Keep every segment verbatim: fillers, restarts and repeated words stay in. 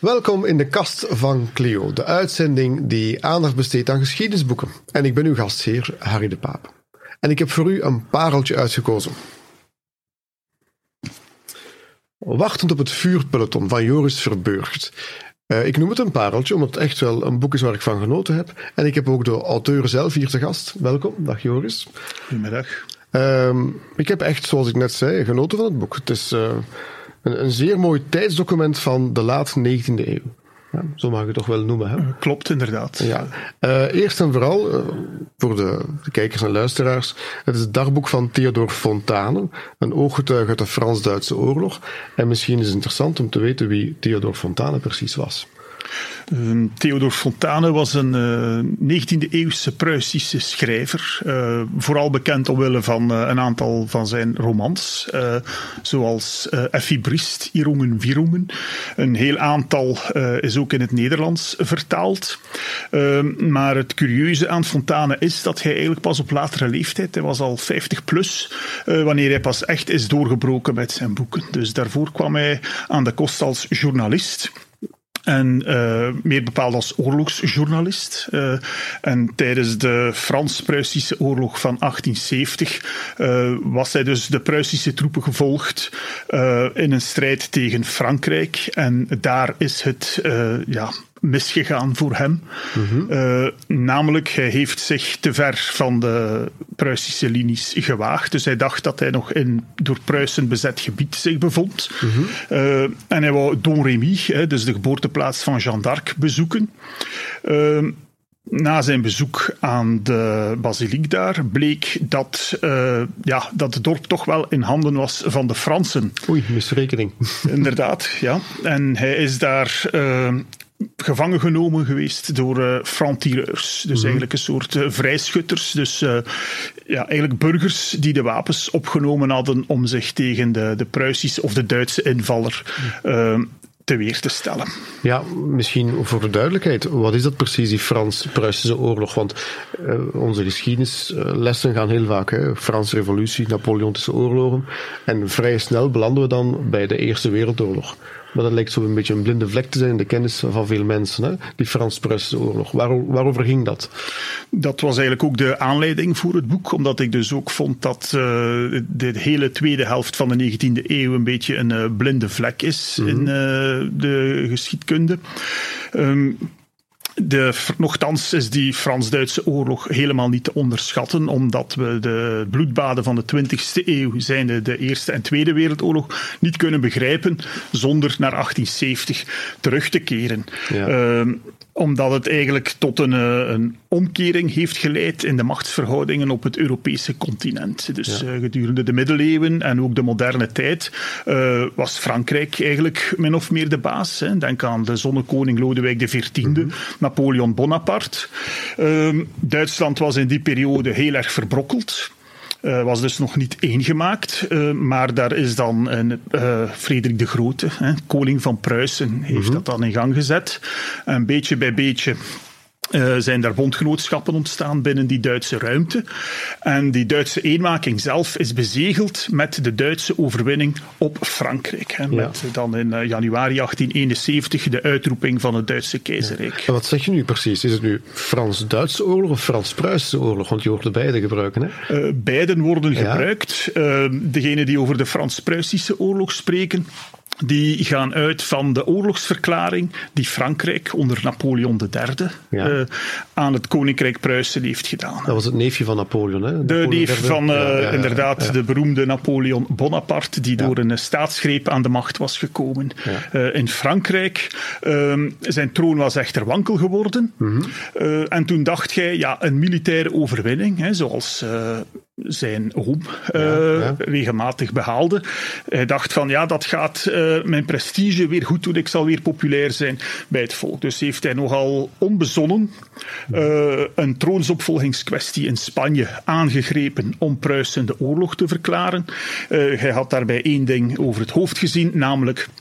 Welkom in de kast van Clio, de uitzending die aandacht besteedt aan geschiedenisboeken. En ik ben uw gastheer, Harry de Paap. En ik heb voor u een pareltje uitgekozen. Wachtend op het vuurpeloton van Joris Verburgt. Uh, ik noem het een pareltje, omdat het echt wel een boek is waar ik van genoten heb. En ik heb ook de auteur zelf hier te gast. Welkom, dag Joris. Goedemiddag. Uh, ik heb echt, zoals ik net zei, genoten van het boek. Het is uh, een, een zeer mooi tijdsdocument van de laat negentiende eeuw. Ja, zo mag ik het toch wel noemen. Hè? Klopt, inderdaad. Ja. Uh, eerst en vooral, uh, voor de, de kijkers en luisteraars, het is het dagboek van Theodor Fontane, een ooggetuige uit de Frans-Duitse oorlog. En misschien is het interessant om te weten wie Theodor Fontane precies was. Uh, Theodor Fontane was een uh, negentiende-eeuwse Pruisische schrijver. Uh, vooral bekend omwille van uh, een aantal van zijn romans. Uh, zoals uh, Effie Briest, Irungen Virungen. Een heel aantal uh, is ook in het Nederlands vertaald. Uh, maar het curieuze aan Fontane is dat hij eigenlijk pas op latere leeftijd, hij was al vijftig plus, uh, wanneer hij pas echt is doorgebroken met zijn boeken. Dus daarvoor kwam hij aan de kost als journalist. En uh, meer bepaald als oorlogsjournalist. Uh, en tijdens de Frans-Pruisische oorlog van achttien zeventig uh, was hij dus de Pruisische troepen gevolgd uh, in een strijd tegen Frankrijk. En daar is het uh, ja, misgegaan voor hem. Mm-hmm. Uh, namelijk, hij heeft zich te ver van de Pruisische linies gewaagd. Dus hij dacht dat hij nog in door Pruisen bezet gebied zich bevond. Mm-hmm. Uh, en hij wou Domremy, dus de geboorteplaats van Jeanne d'Arc, bezoeken. Uh, Na zijn bezoek aan de basiliek daar bleek dat, uh, ja, dat het dorp toch wel in handen was van de Fransen. Oei, misrekening. Inderdaad, ja. En hij is daar Uh, gevangen genomen geweest door uh, franc-tireurs. Dus mm-hmm. eigenlijk een soort uh, vrijschutters. Dus uh, ja, eigenlijk burgers die de wapens opgenomen hadden om zich tegen de, de Pruisische of de Duitse invaller uh, te weer te stellen. Ja, misschien voor de duidelijkheid. Wat is dat precies, die Frans-Pruisische oorlog? Want uh, onze geschiedenislessen gaan heel vaak, hè, Franse revolutie, Napoleontische oorlogen. En vrij snel belanden we dan bij de Eerste Wereldoorlog. Maar dat lijkt zo een beetje een blinde vlek te zijn in de kennis van veel mensen, hè? Die Frans-Pruisische oorlog. Waar, waarover ging dat? Dat was eigenlijk ook de aanleiding voor het boek, omdat ik dus ook vond dat uh, de hele tweede helft van de negentiende eeuw een beetje een uh, blinde vlek is mm-hmm. in uh, de geschiedkunde. Um, De, nochtans is die Frans-Duitse oorlog helemaal niet te onderschatten, omdat we de bloedbaden van de twintigste eeuw, zijnde de Eerste en Tweede Wereldoorlog, niet kunnen begrijpen zonder naar achttien zeventig terug te keren. Ja. Uh, omdat het eigenlijk tot een, een omkering heeft geleid in de machtsverhoudingen op het Europese continent. Dus ja. uh, gedurende de middeleeuwen en ook de moderne tijd uh, was Frankrijk eigenlijk min of meer de baas. Hè. Denk aan de zonnekoning Lodewijk de veertiende, mm-hmm. Napoleon Bonaparte. Uh, Duitsland was in die periode heel erg verbrokkeld. Uh, was dus nog niet eengemaakt, uh, maar daar is dan een, uh, Frederik de Grote, hè, koning van Pruisen, heeft mm-hmm. dat dan in gang gezet. En beetje bij beetje Uh, zijn daar bondgenootschappen ontstaan binnen die Duitse ruimte. En die Duitse eenmaking zelf is bezegeld met de Duitse overwinning op Frankrijk. Hè, ja. Met dan in uh, januari achttien eenenzeventig de uitroeping van het Duitse keizerrijk. Ja. En wat zeg je nu precies? Is het nu Frans-Duitse oorlog of Frans-Pruisische oorlog? Want je hoort er beide gebruiken. Hè? Uh, beiden worden ja. gebruikt. Uh, degenen die over de Frans-Pruisische oorlog spreken, die gaan uit van de oorlogsverklaring die Frankrijk onder Napoleon de derde ja. uh, aan het Koninkrijk Pruisen heeft gedaan. Dat was het neefje van Napoleon, hè? De Napoleon neef derde. van uh, ja, ja, ja, inderdaad ja, ja. de beroemde Napoleon Bonaparte, die ja. door een staatsgreep aan de macht was gekomen ja. uh, in Frankrijk. Uh, zijn troon was echter wankel geworden. Mm-hmm. Uh, en toen dacht hij, ja, een militaire overwinning, hè, zoals Uh, zijn oom uh, ja, ja. regelmatig behaalde. Hij dacht van, ja, dat gaat uh, mijn prestige weer goed doen, ik zal weer populair zijn bij het volk. Dus heeft hij nogal onbezonnen uh, een troonsopvolgingskwestie in Spanje aangegrepen om Pruisen de oorlog te verklaren. Uh, hij had daarbij één ding over het hoofd gezien, namelijk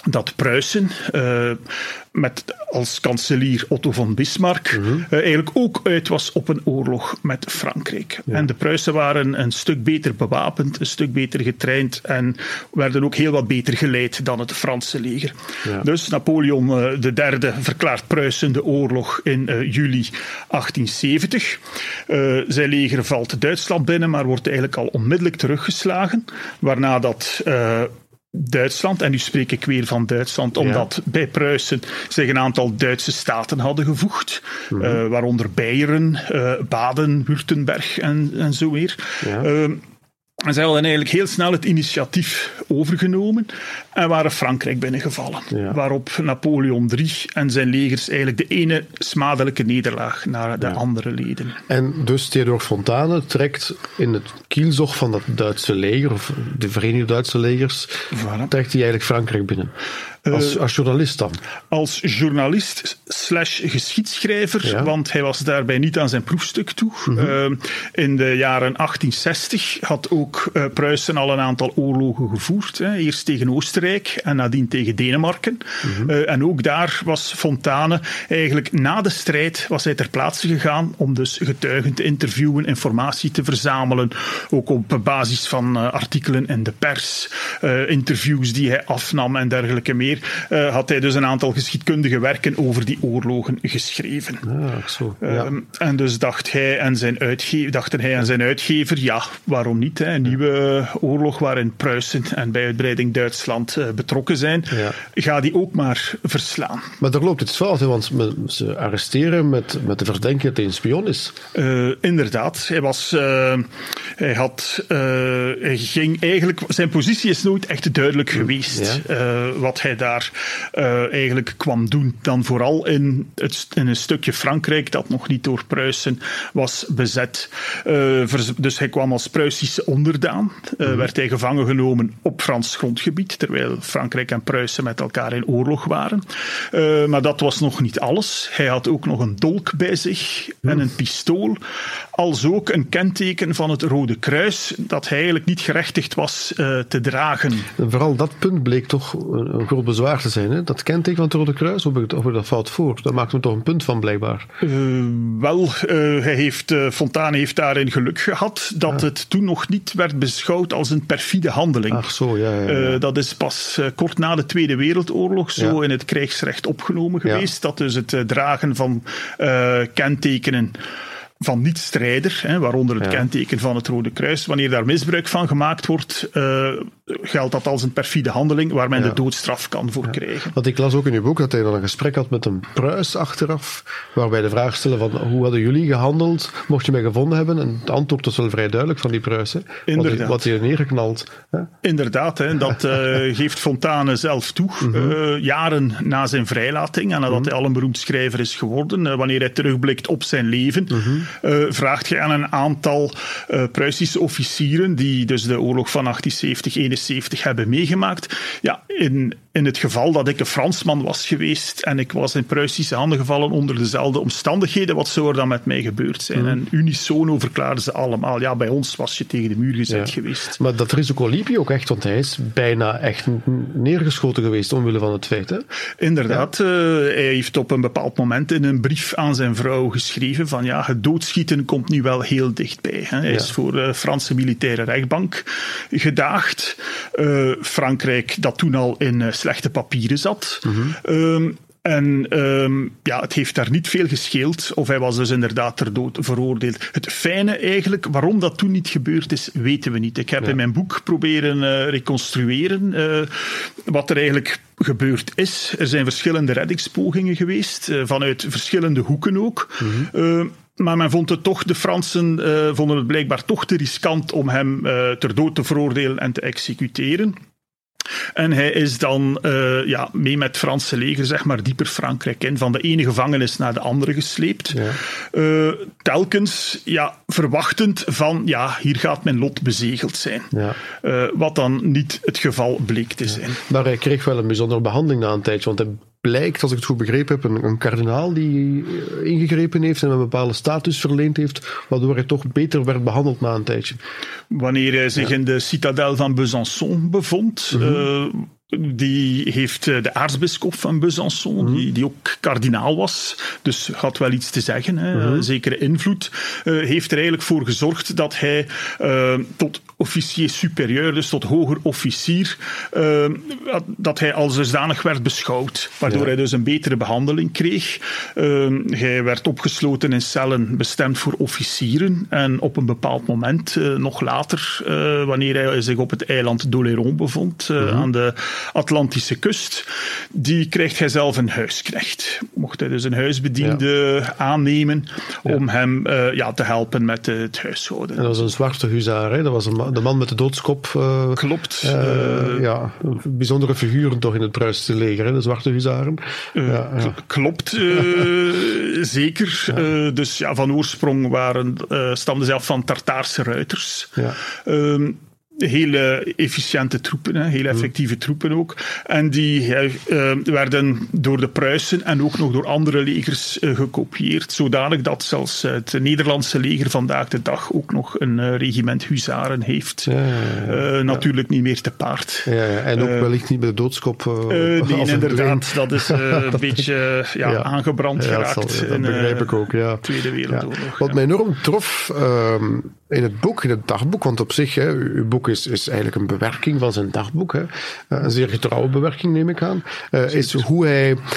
dat Pruisen, uh, met als kanselier Otto von Bismarck, mm-hmm. uh, eigenlijk ook uit was op een oorlog met Frankrijk. Ja. En de Pruisen waren een stuk beter bewapend, een stuk beter getraind en werden ook heel wat beter geleid dan het Franse leger. Ja. Dus Napoleon uh, de derde verklaart Pruisen de oorlog in uh, juli achttienzeventig. Uh, zijn leger valt Duitsland binnen, maar wordt eigenlijk al onmiddellijk teruggeslagen. Waarna dat Uh, Duitsland, en nu spreek ik weer van Duitsland, omdat ja. bij Pruisen zich een aantal Duitse staten hadden gevoegd, mm-hmm. uh, waaronder Beieren, uh, Baden, Württemberg en, en zo weer. Ja. Uh, En zij hadden eigenlijk heel snel het initiatief overgenomen en waren Frankrijk binnengevallen. Ja. Waarop Napoleon de derde en zijn legers eigenlijk de ene smadelijke nederlaag naar de ja. andere leden. En dus Theodor Fontane trekt in het kielzog van dat Duitse leger, of de Verenigde Duitse legers, voilà. trekt hij eigenlijk Frankrijk binnen. Als, als journalist dan? Als journalist slash geschiedschrijver, ja. want hij was daarbij niet aan zijn proefstuk toe. Mm-hmm. Uh, in de jaren achttienzestig had ook uh, Pruisen al een aantal oorlogen gevoerd. Hè. Eerst tegen Oostenrijk en nadien tegen Denemarken. Mm-hmm. Uh, en ook daar was Fontane eigenlijk na de strijd was hij ter plaatse gegaan om dus getuigen te interviewen, informatie te verzamelen, ook op basis van uh, artikelen in de pers, uh, interviews die hij afnam en dergelijke meer. Uh, had hij dus een aantal geschiedkundige werken over die oorlogen geschreven. Ah, zo. Ja. Uh, en dus dacht hij en zijn uitge- dachten hij en zijn uitgever, ja, waarom niet? Hè? Een ja. nieuwe oorlog waarin Pruisen en bij uitbreiding Duitsland uh, betrokken zijn. Ja. Ga die ook maar verslaan. Maar daar loopt het fout, hè, want ze arresteren met, met de verdenking dat hij een spion is. Uh, inderdaad. Hij was... Uh, hij had... Uh, hij ging eigenlijk... Zijn positie is nooit echt duidelijk geweest. Ja. Uh, wat hij daar uh, eigenlijk kwam doen. Dan vooral in, het, in een stukje Frankrijk dat nog niet door Pruisen was bezet. Uh, dus hij kwam als Pruisische onderdaan. Uh, mm-hmm. Werd hij gevangen genomen op Frans grondgebied, terwijl Frankrijk en Pruisen met elkaar in oorlog waren. Uh, maar dat was nog niet alles. Hij had ook nog een dolk bij zich mm. en een pistool. Als ook een kenteken van het Rode Kruis dat hij eigenlijk niet gerechtigd was uh, te dragen. En vooral dat punt bleek toch een groot bezwaar te zijn. Hè? Dat kenteken van het Rode Kruis, of heb ik dat fout voor? Daar maakt hem toch een punt van, blijkbaar. Uh, wel, uh, hij heeft, uh, Fontane heeft daarin geluk gehad dat ah. het toen nog niet werd beschouwd als een perfide handeling. Ach zo, ja, ja, ja. Uh, dat is pas uh, kort na de Tweede Wereldoorlog zo ja. in het krijgsrecht opgenomen geweest. Ja. Dat dus het uh, dragen van uh, kentekenen van niet-strijder, hè, waaronder het ja. kenteken van het Rode Kruis. Wanneer daar misbruik van gemaakt wordt, uh, geldt dat als een perfide handeling waar men ja. de doodstraf kan voor ja. krijgen. Want ik las ook in uw boek dat hij dan een gesprek had met een Pruis achteraf, waarbij de vraag stelde van hoe hadden jullie gehandeld, mocht je mij gevonden hebben? En het antwoord was wel vrij duidelijk van die Pruis. Hè? Inderdaad. Wat, wat hij er neergeknald. Hè? Inderdaad, hè, dat uh, geeft Fontane zelf toe. Mm-hmm. Uh, jaren na zijn vrijlating en nadat mm-hmm. hij al een beroemd schrijver is geworden, uh, wanneer hij terugblikt op zijn leven, mm-hmm. Uh, vraagt je aan een aantal uh, Pruisische officieren die dus de oorlog van achttienzeventig eenenzeventig hebben meegemaakt. Ja, in, in het geval dat ik een Fransman was geweest en ik was in Pruisische handen gevallen onder dezelfde omstandigheden, wat zou er dan met mij gebeurd zijn? Mm. En unisono verklaarden ze allemaal, ja, bij ons was je tegen de muur gezet ja. geweest. Maar dat risico liep je ook echt, want hij is bijna echt neergeschoten geweest omwille van het feit, hè? Inderdaad, ja. uh, hij heeft op een bepaald moment in een brief aan zijn vrouw geschreven van ja, het doodschieten komt nu wel heel dichtbij. Hè. Hij ja. is voor de Franse militaire rechtbank gedaagd. Uh, Frankrijk, dat toen al in uh, slechte papieren zat. Mm-hmm. Um, En um, ja, het heeft daar niet veel gescheeld. Of hij was dus inderdaad ter dood veroordeeld. Het fijne eigenlijk, waarom dat toen niet gebeurd is, weten we niet. Ik heb ja. in mijn boek proberen uh, reconstrueren uh, wat er eigenlijk gebeurd is. Er zijn verschillende reddingspogingen geweest, uh, vanuit verschillende hoeken ook. Mm-hmm. Uh, Maar men vond het toch, de Fransen uh, vonden het blijkbaar toch te riskant om hem uh, ter dood te veroordelen en te executeren. En hij is dan uh, ja, mee met het Franse leger zeg maar, dieper Frankrijk in, van de ene gevangenis naar de andere gesleept. Ja. Uh, telkens ja, verwachtend van, ja, hier gaat mijn lot bezegeld zijn. Ja. Uh, wat dan niet het geval bleek te zijn. Ja. Maar hij kreeg wel een bijzondere behandeling na een tijdje, want hij blijkt, als ik het goed begrepen heb, een, een kardinaal die ingegrepen heeft en een bepaalde status verleend heeft, waardoor hij toch beter werd behandeld na een tijdje. Wanneer hij zich ja. in de citadel van Besançon bevond, mm-hmm. uh, die heeft de aartsbisschop van Besançon, mm. die, die ook kardinaal was, dus had wel iets te zeggen, hè, mm. zekere invloed, uh, heeft er eigenlijk voor gezorgd dat hij uh, tot officier superieur, dus tot hoger officier, uh, dat hij als dusdanig werd beschouwd, waardoor ja. hij dus een betere behandeling kreeg. Uh, hij werd opgesloten in cellen bestemd voor officieren en op een bepaald moment, uh, nog later, uh, wanneer hij zich op het eiland d'Oléron bevond, uh, mm. aan de Atlantische kust, die krijgt hij zelf een huisknecht. Mocht hij dus een huisbediende ja. aannemen ja. om hem uh, ja, te helpen met het huishouden. En dat was een zwarte huzaar, hè? Dat was een man, de man met de doodskop. Uh, Klopt. Uh, uh, ja, een bijzondere figuren toch in het Pruisische leger, hè? De zwarte huzaren. Uh, ja, ja. Klopt, uh, zeker. Ja. Uh, dus ja, van oorsprong waren, uh, stamden ze af van Tartaarse ruiters. Ja. Uh, Hele efficiënte troepen, hè, hele effectieve mm. troepen ook. En die uh, werden door de Pruisen en ook nog door andere legers uh, gekopieerd, zodanig dat zelfs het Nederlandse leger vandaag de dag ook nog een uh, regiment huzaren heeft. Ja, ja, ja. Uh, natuurlijk ja. niet meer te paard. Ja, ja. En ook uh, wellicht niet met de doodskop. Uh, uh, nee, inderdaad. Dat is uh, een beetje ja, ja. aangebrand ja, geraakt zal, ja, in de uh, Tweede Wereldoorlog. Ja. Wat ja. mij enorm trof uh, in het boek, in het dagboek, want op zich, hè, uw boek Is, is eigenlijk een bewerking van zijn dagboek. Hè. Een zeer getrouwe bewerking, neem ik aan. Uh, is hoe hij uh,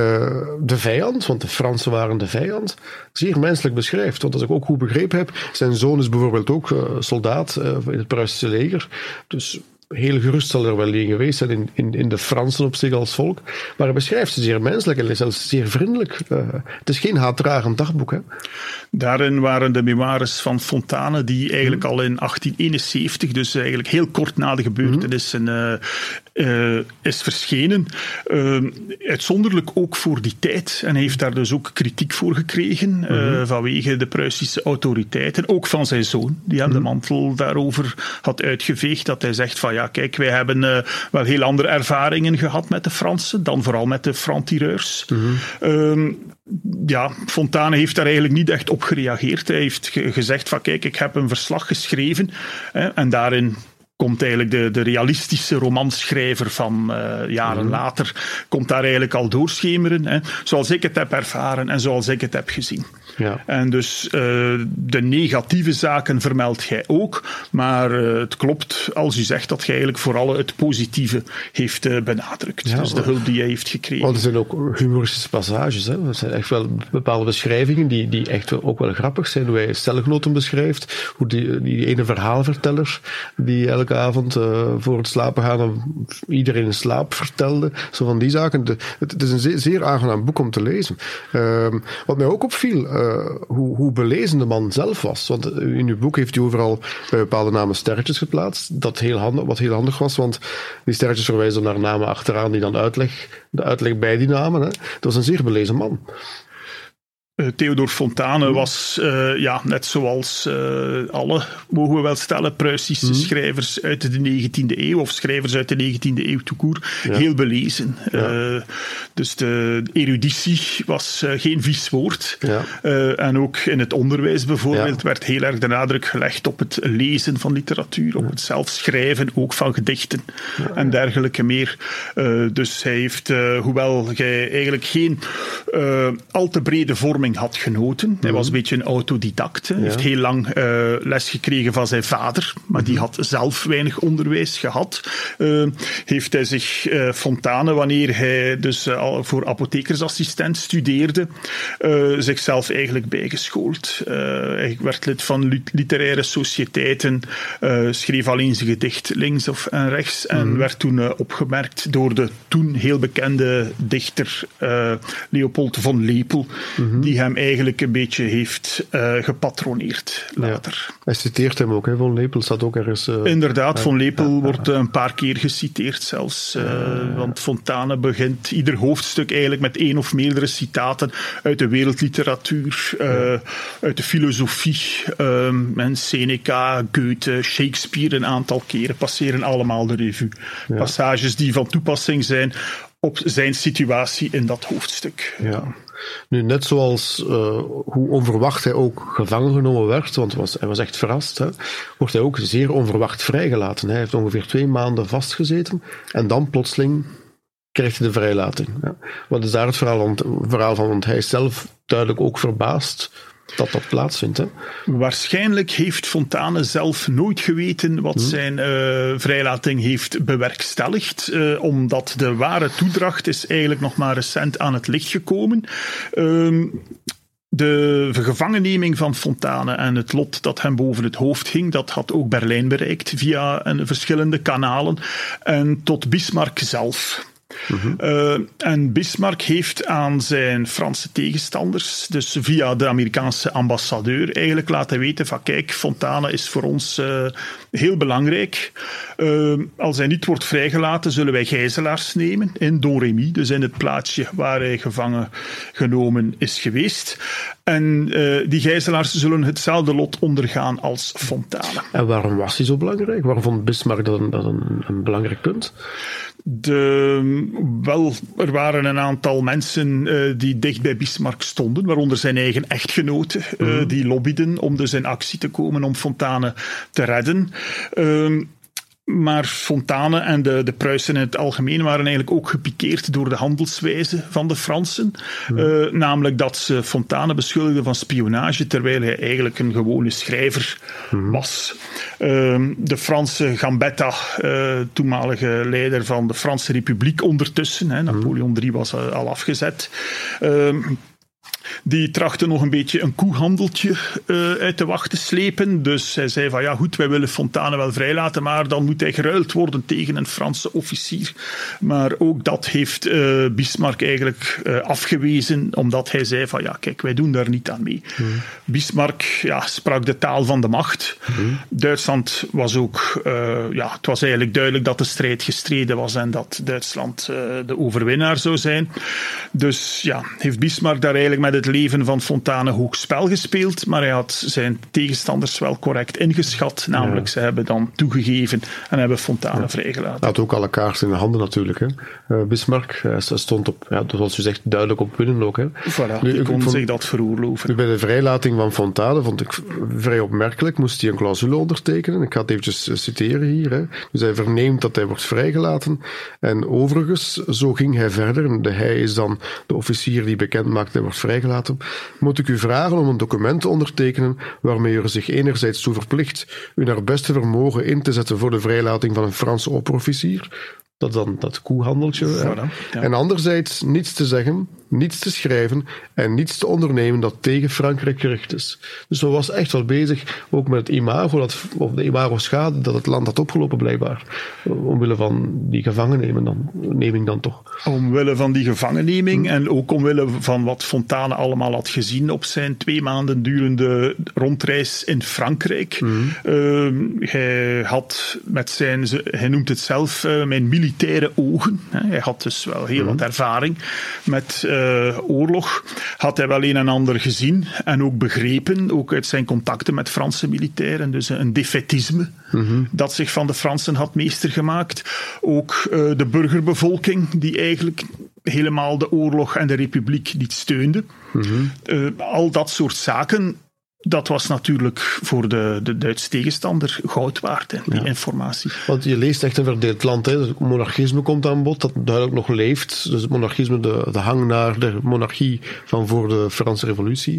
de vijand, want de Fransen waren de vijand, zeer menselijk beschrijft. Want als ik ook goed begrepen heb, zijn zoon is bijvoorbeeld ook uh, soldaat uh, in het Pruisische leger. Dus heel gerust zal er wel een geweest zijn in, in, in de Fransen op zich als volk. Maar hij beschrijft ze zeer menselijk en zelfs zeer vriendelijk. Uh, het is geen haatdragend dagboek, hè? Daarin waren de memoires van Fontane, die eigenlijk mm. al in achttien eenenzeventig, dus eigenlijk heel kort na de gebeurtenissen, mm. uh, uh, is verschenen. Uh, uitzonderlijk ook voor die tijd. En hij heeft daar dus ook kritiek voor gekregen, mm. uh, vanwege de Pruisische autoriteiten. Ook van zijn zoon, die hem mm. de mantel daarover had uitgeveegd. Dat hij zegt van ja, kijk, wij hebben uh, wel heel andere ervaringen gehad met de Fransen, dan vooral met de franc-tireurs. Mm. Uh, ja, Fontane heeft daar eigenlijk niet echt op gereageerd. Hij heeft ge- gezegd van kijk, ik heb een verslag geschreven hè, en daarin komt eigenlijk de, de realistische romanschrijver van uh, jaren mm. later, komt daar eigenlijk al doorschemeren, hè, zoals ik het heb ervaren en zoals ik het heb gezien. Ja. En dus uh, de negatieve zaken vermeldt hij ook, maar uh, het klopt als u zegt dat hij eigenlijk vooral het positieve heeft uh, benadrukt. Ja, dus de hulp die hij heeft gekregen. Want er zijn ook humoristische passages. Hè? Er zijn echt wel bepaalde beschrijvingen die, die echt wel, ook wel grappig zijn. Hoe hij stelgenoten beschrijft, hoe die, die ene verhaalverteller die elke avond uh, voor het slapen gaan iedereen in slaap vertelde. Zo van die zaken. De, het, het is een zeer, zeer aangenaam boek om te lezen. Uh, wat mij ook opviel, uh, hoe, hoe belezen de man zelf was. Want in uw boek heeft hij overal bij bepaalde namen sterretjes geplaatst. Dat heel handig, wat heel handig was, want die sterretjes verwijzen naar namen achteraan die dan uitleg, de uitleg bij die namen. Hè. Dat was een zeer belezen man. Uh, Theodor Fontane was, uh, ja, net zoals uh, alle, mogen we wel stellen, Pruisische mm. schrijvers uit de negentiende eeuw, of schrijvers uit de negentiende eeuw tout court, ja. heel belezen. Ja. Uh, dus de eruditie was uh, geen vies woord. Ja. Uh, en ook in het onderwijs bijvoorbeeld ja. werd heel erg de nadruk gelegd op het lezen van literatuur, op het zelfschrijven, ook van gedichten ja. en dergelijke meer. Uh, dus hij heeft, uh, hoewel hij eigenlijk geen uh, al te brede vorm had genoten. Hij was een beetje een autodidact. Hij ja. heeft heel lang uh, les gekregen van zijn vader, maar die had zelf weinig onderwijs gehad. Uh, heeft hij zich, uh, Fontane, wanneer hij dus uh, al voor apothekersassistent studeerde, uh, zichzelf eigenlijk bijgeschoold. Uh, hij werd lid van literaire sociëteiten, uh, schreef alleen zijn gedicht links of en rechts en mm. werd toen uh, opgemerkt door de toen heel bekende dichter uh, Leopold von Lepel, mm-hmm. die hem eigenlijk een beetje heeft uh, gepatroneerd later. Ja. Hij citeert hem ook, hè? Von Lepel staat ook ergens... Uh, Inderdaad, Von Lepel ja, wordt uh, een paar keer geciteerd zelfs. Uh, ja, ja. Want Fontane begint ieder hoofdstuk eigenlijk met één of meerdere citaten uit de wereldliteratuur, uh, ja. uit de filosofie. Um, en Seneca, Goethe, Shakespeare een aantal keren passeren allemaal de revue. Ja. Passages die van toepassing zijn op zijn situatie in dat hoofdstuk. Ja. Nu, net zoals uh, hoe onverwacht hij ook gevangen genomen werd, want was, hij was echt verrast, hè, wordt hij ook zeer onverwacht vrijgelaten. Hij heeft ongeveer twee maanden vastgezeten en dan plotseling krijgt hij de vrijlating. Ja. Wat is daar het verhaal van, verhaal van? Want hij is zelf duidelijk ook verbaasd dat dat plaatsvindt. Hè? Waarschijnlijk heeft Fontane zelf nooit geweten wat hmm. zijn uh, vrijlating heeft bewerkstelligd, uh, omdat de ware toedracht is eigenlijk nog maar recent aan het licht gekomen. Uh, De gevangenneming van Fontane en het lot dat hem boven het hoofd hing, dat had ook Berlijn bereikt via een, verschillende kanalen en tot Bismarck zelf. Mm-hmm. Uh, en Bismarck heeft aan zijn Franse tegenstanders, dus via de Amerikaanse ambassadeur, eigenlijk laten weten van kijk, Fontane is voor ons uh, heel belangrijk. Uh, als hij niet wordt vrijgelaten, zullen wij gijzelaars nemen in Domremy, dus in het plaatsje waar hij gevangen genomen is geweest. En uh, die gijzelaars zullen hetzelfde lot ondergaan als Fontane. En waarom was hij zo belangrijk? Waarom vond Bismarck dat een, dat een, een belangrijk punt? De, wel, er waren een aantal mensen uh, die dicht bij Bismarck stonden, waaronder zijn eigen echtgenote, uh, mm-hmm. die lobbyden om dus in actie te komen om Fontane te redden. Uh, Maar Fontane en de, de Pruisen in het algemeen waren eigenlijk ook gepikeerd door de handelswijze van de Fransen. Mm. Uh, namelijk dat ze Fontane beschuldigden van spionage, terwijl hij eigenlijk een gewone schrijver mm. was. Uh, de Franse Gambetta, uh, toenmalige leider van de Franse Republiek ondertussen, hè, Napoleon drie was uh, al afgezet. Uh, Die trachtte nog een beetje een koehandeltje uh, uit de wacht te slepen. Dus hij zei van ja goed, wij willen Fontane wel vrijlaten, maar dan moet hij geruild worden tegen een Franse officier. Maar ook dat heeft uh, Bismarck eigenlijk uh, afgewezen, omdat hij zei van ja kijk, wij doen daar niet aan mee. Mm. Bismarck ja, sprak de taal van de macht. Mm. Duitsland was ook, uh, ja, het was eigenlijk duidelijk dat de strijd gestreden was en dat Duitsland uh, de overwinnaar zou zijn. Dus ja, heeft Bismarck daar eigenlijk met het leven van Fontane hoog spel gespeeld, maar hij had zijn tegenstanders wel correct ingeschat, namelijk ja. ze hebben dan toegegeven en hebben Fontane ja. vrijgelaten. Hij had ook alle kaarten in de handen natuurlijk. Hè. Uh, Bismarck, hij stond op, ja, zoals u zegt, duidelijk op winnen ook. Hè. Voilà, nu, ik kon vond, zich dat veroorloven. Nu, bij de vrijlating van Fontane vond ik vrij opmerkelijk, moest hij een clausule ondertekenen. Ik ga het eventjes citeren hier. Hè. Dus hij verneemt dat hij wordt vrijgelaten en overigens, zo ging hij verder. De hij is dan de officier die bekend maakt hij wordt vrijgelaten. Moet ik u vragen om een document te ondertekenen waarmee u zich enerzijds toe verplicht u naar beste vermogen in te zetten voor de vrijlating van een Franse opperofficier, dat dan dat koehandeltje, voilà, ja. en anderzijds niets te zeggen, niets te schrijven en niets te ondernemen dat tegen Frankrijk gericht is. Dus hij was echt wel bezig, ook met het imago, dat, of de imago-schade dat het land had opgelopen blijkbaar, omwille van die gevangenneming dan, neming dan toch. Omwille van die gevangenneming hmm. en ook omwille van wat Fontane allemaal had gezien op zijn twee maanden durende rondreis in Frankrijk. Hmm. Uh, hij had met zijn, hij noemt het zelf, uh, mijn militaire ogen. Hij had dus wel heel hmm. wat ervaring met uh, Uh, oorlog, had hij wel een en ander gezien en ook begrepen, ook uit zijn contacten met Franse militairen, dus een defaitisme mm-hmm. dat zich van de Fransen had meester gemaakt. Ook uh, de burgerbevolking, die eigenlijk helemaal de oorlog en de republiek niet steunde. Mm-hmm. Uh, al dat soort zaken, dat was natuurlijk voor de, de Duitse tegenstander goud waard, hè, die ja. informatie. Want je leest echt een verdeeld land. Hè. Het monarchisme komt aan bod, dat duidelijk nog leeft. Dus het monarchisme, de, de hang naar de monarchie van voor de Franse revolutie.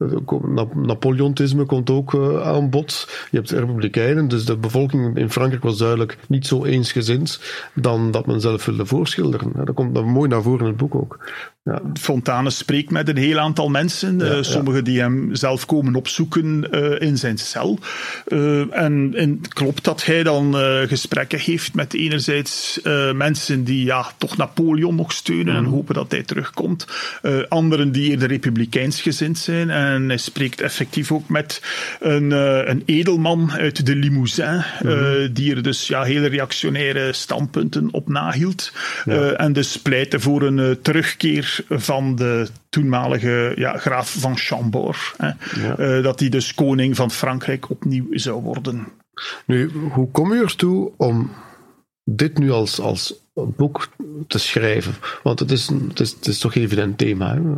Napoleontisme komt ook uh, aan bod. Je hebt de republikeinen, dus de bevolking in Frankrijk was duidelijk niet zo eensgezind dan dat men zelf wilde voorschilderen. Dat komt dan mooi naar voren in het boek ook. Ja. Fontane spreekt met een heel aantal mensen, ja, uh, sommigen ja. die hem zelf komen opzoeken uh, in zijn cel. Uh, en, en klopt dat hij dan uh, gesprekken heeft met enerzijds uh, mensen die ja, toch Napoleon nog steunen mm. en hopen dat hij terugkomt. Uh, anderen die eerder republikeins gezind zijn. En hij spreekt effectief ook met een, uh, een edelman uit de Limousin, mm. uh, die er dus ja, hele reactionaire standpunten op nahield. Ja. Uh, en dus pleitte voor een uh, terugkeer van de toenmalige ja, graaf van Chambord. Hè, ja. uh, dat hij dus koning van Frankrijk opnieuw zou worden. Nu, hoe kom je ertoe om dit nu als, als boek te schrijven? Want het is, het is, het is toch een evident thema. Hè?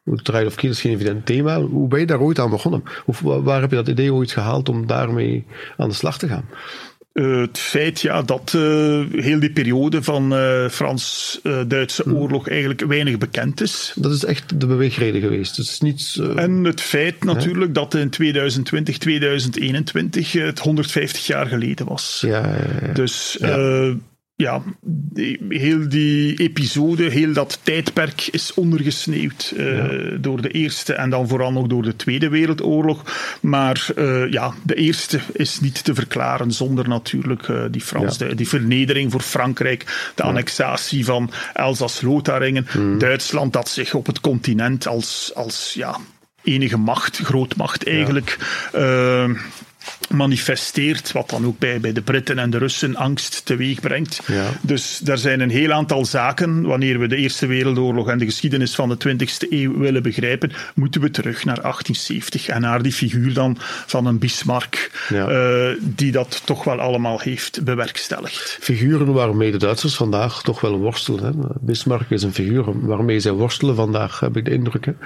Trial of Kiel is geen evident thema. Hoe ben je daar ooit aan begonnen? Of waar heb je dat idee ooit gehaald om daarmee aan de slag te gaan? Uh, het feit ja, dat uh, heel die periode van uh, Frans-Duitse uh, oorlog eigenlijk weinig bekend is. Dat is echt de beweegreden geweest. Het is niet, uh... En het feit natuurlijk hè? dat in twintig twintig, twintig eenentwintig het honderdvijftig jaar geleden was. Ja, ja, ja. Dus... Ja. Uh, Ja, die, heel die episode, heel dat tijdperk is ondergesneeuwd uh, ja. door de Eerste en dan vooral nog door de Tweede Wereldoorlog. Maar uh, ja, de Eerste is niet te verklaren zonder natuurlijk uh, die, Frans, ja. die vernedering voor Frankrijk, de annexatie van Elzas-Lotharingen, hmm. Duitsland dat zich op het continent als, als ja, enige macht, grootmacht eigenlijk... Ja. Uh, manifesteert, wat dan ook bij, bij de Britten en de Russen angst teweeg brengt. Ja. Dus er zijn een heel aantal zaken, wanneer we de Eerste Wereldoorlog en de geschiedenis van de twintigste eeuw willen begrijpen, moeten we terug naar achttien zeventig en naar die figuur dan van een Bismarck, ja. uh, die dat toch wel allemaal heeft bewerkstelligd. Figuren waarmee de Duitsers vandaag toch wel worstelen. Hè? Bismarck is een figuur waarmee zij worstelen vandaag, heb ik de indruk. Hè?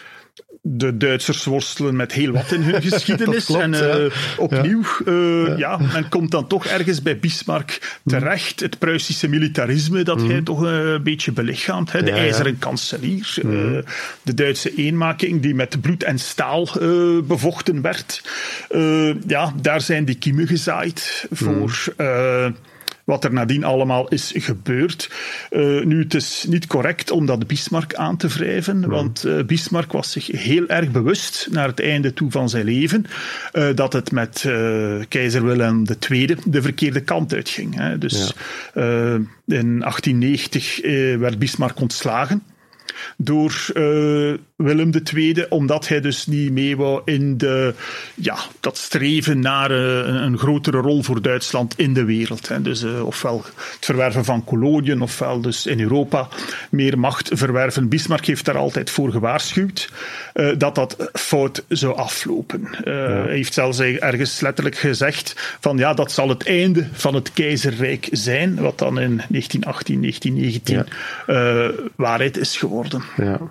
De Duitsers worstelen met heel wat in hun geschiedenis. Klopt, en uh, ja. opnieuw, uh, ja. ja, men komt dan toch ergens bij Bismarck terecht. Het Pruisische militarisme dat mm. hij toch een beetje belichaamt. Hè. De ja, ijzeren ja. kanselier. Mm. Uh, de Duitse eenmaking die met bloed en staal uh, bevochten werd. Uh, ja, daar zijn die kiemen gezaaid voor... Mm. Uh, wat er nadien allemaal is gebeurd. Uh, nu, het is niet correct om dat Bismarck aan te wrijven, mm. want uh, Bismarck was zich heel erg bewust naar het einde toe van zijn leven uh, dat het met uh, keizer Willem de Tweede de verkeerde kant uitging. Hè. Dus ja. uh, in achttien negentig uh, werd Bismarck ontslagen door uh, Willem de Tweede, omdat hij dus niet mee wou in de, ja, dat streven naar uh, een, een grotere rol voor Duitsland in de wereld. Hè. Dus uh, ofwel het verwerven van koloniën, ofwel dus in Europa meer macht verwerven. Bismarck heeft daar altijd voor gewaarschuwd uh, dat dat fout zou aflopen. Uh, ja. Hij heeft zelfs ergens letterlijk gezegd van ja, dat zal het einde van het keizerrijk zijn, wat dan in negentien achttien, negentien negentien ja. uh, waarheid is geworden. Ja.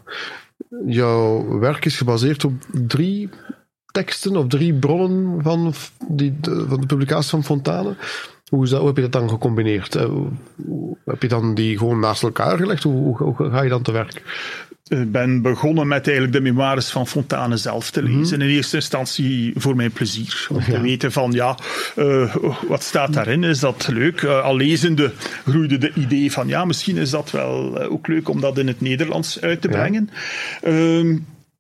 Jouw werk is gebaseerd op drie teksten of drie bronnen van, die, de, van de publicatie van Fontane. Hoe, is dat, hoe heb je dat dan gecombineerd? Uh, hoe, heb je dan die gewoon naast elkaar gelegd? Hoe, hoe, hoe ga je dan te werk? Ik ben begonnen met eigenlijk de memoires van Fontane zelf te lezen. Mm-hmm. In eerste instantie voor mijn plezier. Om ja. te weten van, ja, uh, wat staat daarin? Is dat leuk? Uh, al lezende groeide de idee van, ja, misschien is dat wel uh, ook leuk om dat in het Nederlands uit te brengen. Ja. Uh,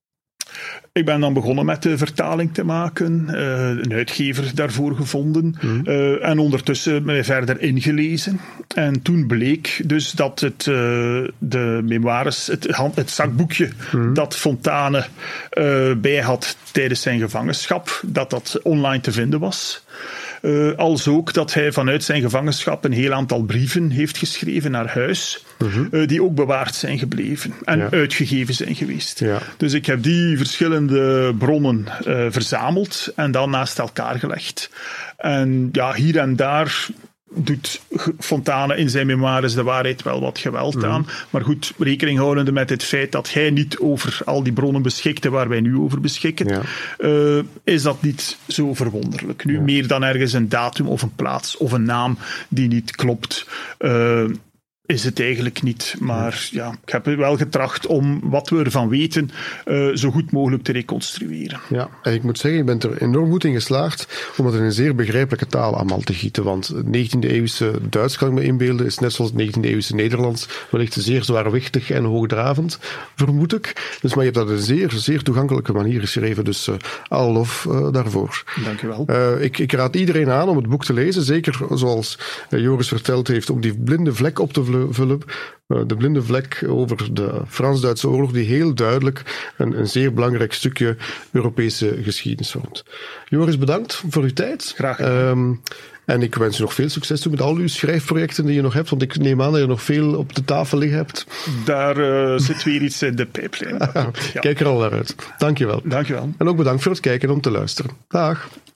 Ik ben dan begonnen met de vertaling te maken, uh, een uitgever daarvoor gevonden mm. uh, en ondertussen mij verder ingelezen. En toen bleek dus dat het, uh, de memoires, het, het zakboekje mm. dat Fontane uh, bij had tijdens zijn gevangenschap, dat dat online te vinden was. Uh, als ook dat hij vanuit zijn gevangenschap een heel aantal brieven heeft geschreven naar huis, uh-huh. uh, die ook bewaard zijn gebleven en ja. uitgegeven zijn geweest. Ja. Dus ik heb die verschillende bronnen uh, verzameld en dan naast elkaar gelegd. En ja, hier en daar doet Fontane in zijn memoires de waarheid wel wat geweld mm. aan. Maar goed, rekening houdende met het feit dat hij niet over al die bronnen beschikte waar wij nu over beschikken, ja. uh, is dat niet zo verwonderlijk. Nu, ja. meer dan ergens een datum of een plaats of een naam die niet klopt, uh, is het eigenlijk niet. Maar ja, ik heb wel getracht om wat we ervan weten uh, zo goed mogelijk te reconstrueren. Ja, en ik moet zeggen, je bent er enorm goed in geslaagd om het in een zeer begrijpelijke taal allemaal te gieten. Want het negentiende-eeuwse Duits, kan ik me inbeelden, is net zoals het negentiende-eeuwse Nederlands wellicht zeer zwaarwichtig en hoogdravend, vermoed ik. Dus, maar je hebt dat op een zeer, zeer toegankelijke manier geschreven. Dus uh, al lof uh, daarvoor. Dank je wel. Uh, ik, ik raad iedereen aan om het boek te lezen. Zeker zoals uh, Joris verteld heeft, om die blinde vlek op te vleuren. Vullen, de blinde vlek over de Frans-Duitse oorlog, die heel duidelijk een, een zeer belangrijk stukje Europese geschiedenis vormt. Joris, bedankt voor uw tijd. Graag gedaan. Um, en ik wens u nog veel succes toe met al uw schrijfprojecten die je nog hebt, want ik neem aan dat je nog veel op de tafel liggen hebt. Daar uh, zit weer iets in de pijplijn. Ja. Kijk er al naar uit. Dank je wel. Dank je wel. En ook bedankt voor het kijken en om te luisteren. Dag.